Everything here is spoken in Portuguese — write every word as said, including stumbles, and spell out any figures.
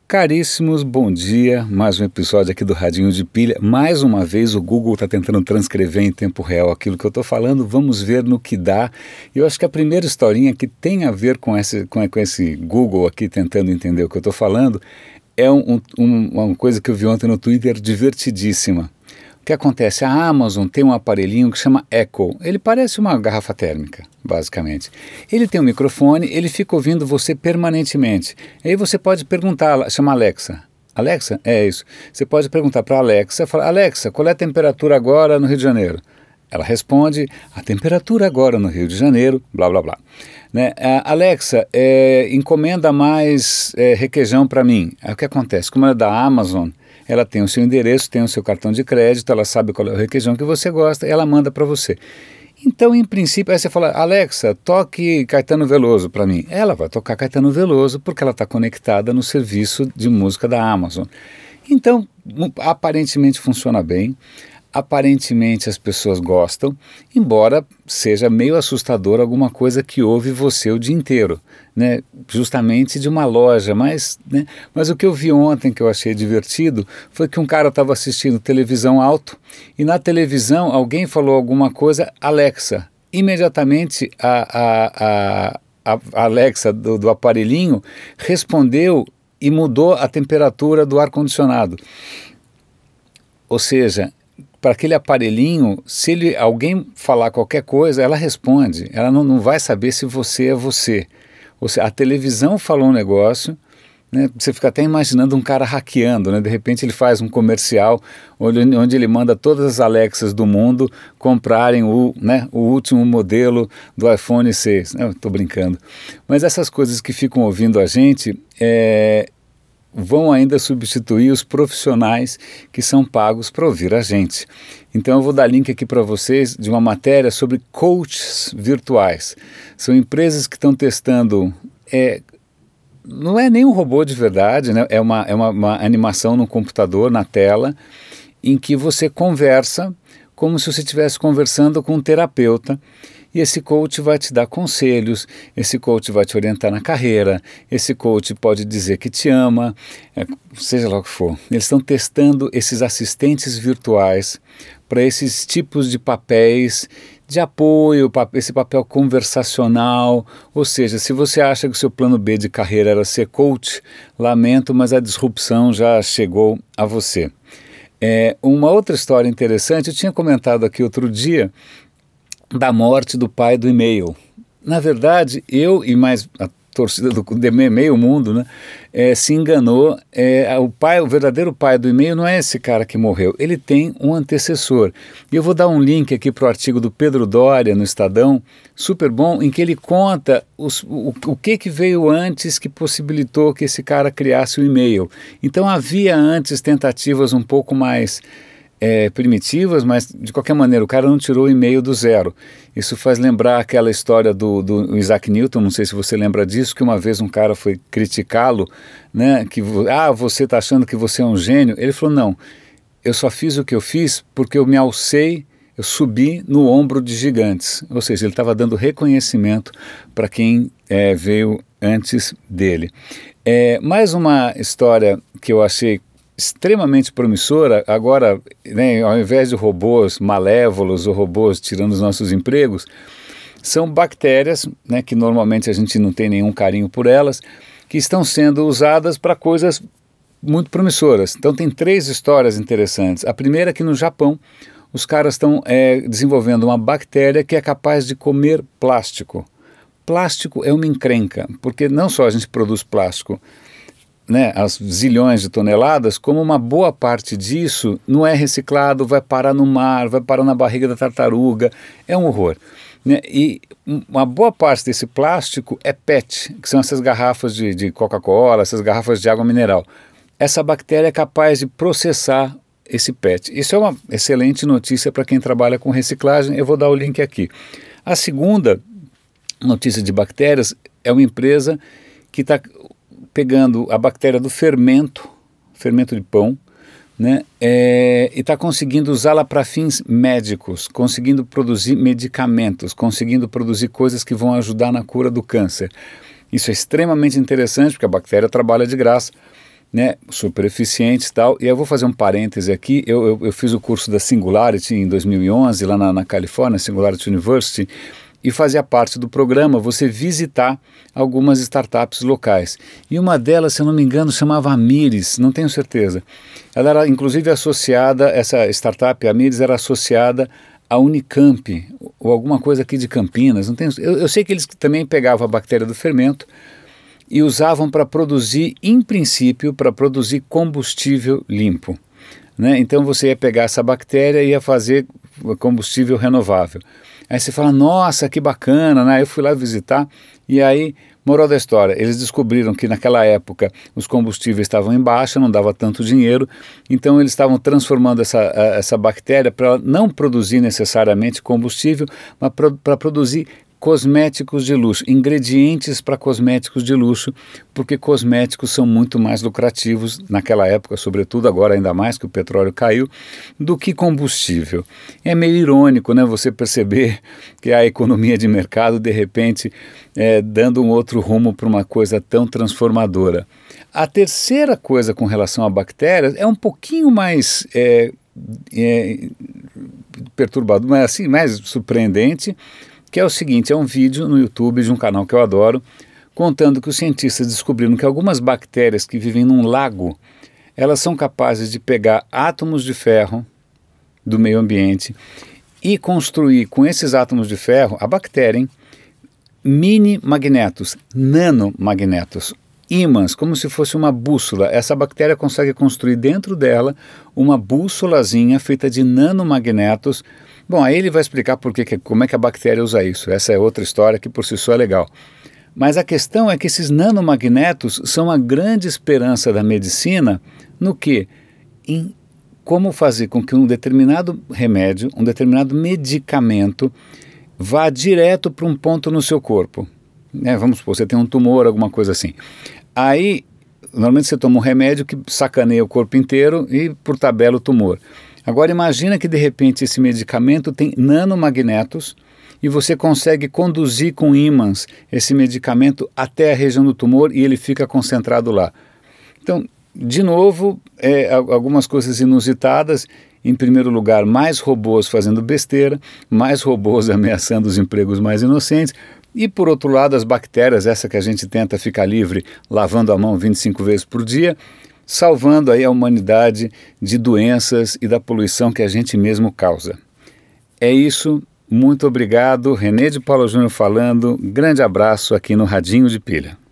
Caríssimos, bom dia, mais um episódio aqui do Radinho de Pilha. Mais uma vez o Google está tentando transcrever em tempo real aquilo que eu estou falando, vamos ver no que dá. E eu acho que a primeira historinha que tem a ver com esse, com, com esse Google aqui tentando entender o que eu estou falando é um, um, uma coisa que eu vi ontem no Twitter divertidíssima. O que acontece? A Amazon tem um aparelhinho que chama Echo. Ele parece uma garrafa térmica, basicamente. Ele tem um microfone, ele fica ouvindo você permanentemente. Aí você pode perguntar, chama Alexa. Alexa? É isso. Você pode perguntar para a Alexa, fala, Alexa, qual é a temperatura agora no Rio de Janeiro? Ela responde, a temperatura agora no Rio de Janeiro, blá, blá, blá. Né? Alexa, é, encomenda mais é, requeijão para mim. Aí o que acontece? Como ela é da Amazon, ela tem o seu endereço, tem o seu cartão de crédito, ela sabe qual é o requeijão que você gosta, ela manda para você. Então, em princípio, aí você fala, Alexa, toque Caetano Veloso para mim. Ela vai tocar Caetano Veloso porque ela está conectada no serviço de música da Amazon. Então, aparentemente funciona bem. Aparentemente as pessoas gostam, embora seja meio assustador alguma coisa que ouve você o dia inteiro, né? Justamente de uma loja, mas, né? Mas o que eu vi ontem que eu achei divertido foi que um cara estava assistindo televisão alto e na televisão alguém falou alguma coisa, Alexa, imediatamente a, a, a, a Alexa do, do aparelhinho respondeu e mudou a temperatura do ar-condicionado, ou seja, para aquele aparelhinho, se ele, alguém falar qualquer coisa, ela responde, ela não, não vai saber se você é você. Ou seja, a televisão falou um negócio, né, você fica até imaginando um cara hackeando, né, de repente ele faz um comercial onde, onde ele manda todas as Alexas do mundo comprarem o, né, o último modelo do iPhone seis. Estou brincando. Mas essas coisas que ficam ouvindo a gente, é, vão ainda substituir os profissionais que são pagos para ouvir a gente. Então eu vou dar link aqui para vocês de uma matéria sobre coaches virtuais. São empresas que estão testando, é, não é nem um robô de verdade, né? É, uma, é uma, uma animação no computador, na tela, em que você conversa como se você estivesse conversando com um terapeuta. E esse coach vai te dar conselhos, esse coach vai te orientar na carreira, esse coach pode dizer que te ama, é, seja lá o que for. Eles estão testando esses assistentes virtuais para esses tipos de papéis de apoio, esse papel conversacional, ou seja, se você acha que o seu plano B de carreira era ser coach, lamento, mas a disrupção já chegou a você. É, uma outra história interessante, eu tinha comentado aqui outro dia, da morte do pai do e-mail. Na verdade, eu e mais a torcida do meio mundo, né, é, se enganou. É, o, pai, o verdadeiro pai do e-mail não é esse cara que morreu, ele tem um antecessor. E eu vou dar um link aqui para o artigo do Pedro Doria no Estadão, super bom, em que ele conta os, o, o que, que veio antes que possibilitou que esse cara criasse o e-mail. Então havia antes tentativas um pouco mais É, primitivas, mas de qualquer maneira o cara não tirou o e-mail do zero. Isso faz lembrar aquela história do, do Isaac Newton, não sei se você lembra disso, que uma vez um cara foi criticá-lo, né, que ah, você está achando que você é um gênio? Ele falou, não, eu só fiz o que eu fiz porque eu me alcei, eu subi no ombro de gigantes, ou seja, ele estava dando reconhecimento para quem é, veio antes dele. É, mais uma história que eu achei extremamente promissora, agora, né, ao invés de robôs malévolos ou robôs tirando os nossos empregos, são bactérias, né, que normalmente a gente não tem nenhum carinho por elas, que estão sendo usadas para coisas muito promissoras. Então tem três histórias interessantes. A primeira é que no Japão os caras estão é, desenvolvendo uma bactéria que é capaz de comer plástico. Plástico é uma encrenca, porque não só a gente produz plástico, né, as zilhões de toneladas, como uma boa parte disso não é reciclado, vai parar no mar, vai parar na barriga da tartaruga, é um horror. Né? E uma boa parte desse plástico é P E T, que são essas garrafas de, de Coca-Cola, essas garrafas de água mineral. Essa bactéria é capaz de processar esse P E T. Isso é uma excelente notícia para quem trabalha com reciclagem, eu vou dar o link aqui. A segunda notícia de bactérias é uma empresa que está pegando a bactéria do fermento, fermento de pão, né, é, e está conseguindo usá-la para fins médicos, conseguindo produzir medicamentos, conseguindo produzir coisas que vão ajudar na cura do câncer. Isso é extremamente interessante, porque a bactéria trabalha de graça, né, super eficientes e tal. E eu vou fazer um parêntese aqui, eu, eu, eu fiz o curso da Singularity em dois mil e onze, lá na, na Califórnia, Singularity University, e fazia parte do programa você visitar algumas startups locais. E uma delas, se eu não me engano, chamava Amyris, não tenho certeza. Ela era inclusive associada, essa startup Amyris era associada à Unicamp, ou alguma coisa aqui de Campinas. Não tenho, eu, eu sei que eles também pegavam a bactéria do fermento e usavam para produzir, em princípio, para produzir combustível limpo, né? Então você ia pegar essa bactéria e ia fazer combustível renovável. Aí você fala, nossa, que bacana, né? Eu fui lá visitar e aí, moral da história, eles descobriram que naquela época os combustíveis estavam em baixa, não dava tanto dinheiro, então eles estavam transformando essa, essa bactéria para não produzir necessariamente combustível, mas para produzir cosméticos de luxo, ingredientes para cosméticos de luxo, porque cosméticos são muito mais lucrativos naquela época, sobretudo agora ainda mais que o petróleo caiu, do que combustível. É meio irônico, né, você perceber que a economia de mercado de repente é, dando um outro rumo para uma coisa tão transformadora. A terceira coisa com relação a bactérias é um pouquinho mais é, é, perturbador, mas assim, mais surpreendente, que é o seguinte, é um vídeo no YouTube de um canal que eu adoro, contando que os cientistas descobriram que algumas bactérias que vivem num lago, elas são capazes de pegar átomos de ferro do meio ambiente e construir com esses átomos de ferro, a bactéria, hein, mini magnetos, nanomagnetos, ímãs, como se fosse uma bússola. Essa bactéria consegue construir dentro dela uma bússolazinha feita de nanomagnetos. Bom, aí ele vai explicar por que, como é que a bactéria usa isso. Essa é outra história que por si só é legal. Mas a questão é que esses nanomagnetos são a grande esperança da medicina no que? Em como fazer com que um determinado remédio, um determinado medicamento vá direto para um ponto no seu corpo. Né? Vamos supor, você tem um tumor, alguma coisa assim. Aí, normalmente você toma um remédio que sacaneia o corpo inteiro e por tabela o tumor. Agora imagina que de repente esse medicamento tem nanomagnetos e você consegue conduzir com ímãs esse medicamento até a região do tumor e ele fica concentrado lá. Então, de novo, é, algumas coisas inusitadas. Em primeiro lugar, mais robôs fazendo besteira, mais robôs ameaçando os empregos mais inocentes. E por outro lado, as bactérias, essa que a gente tenta ficar livre lavando a mão vinte e cinco vezes por dia, salvando aí a humanidade de doenças e da poluição que a gente mesmo causa. É isso, muito obrigado. René de Paula Júnior falando, grande abraço aqui no Radinho de Pilha.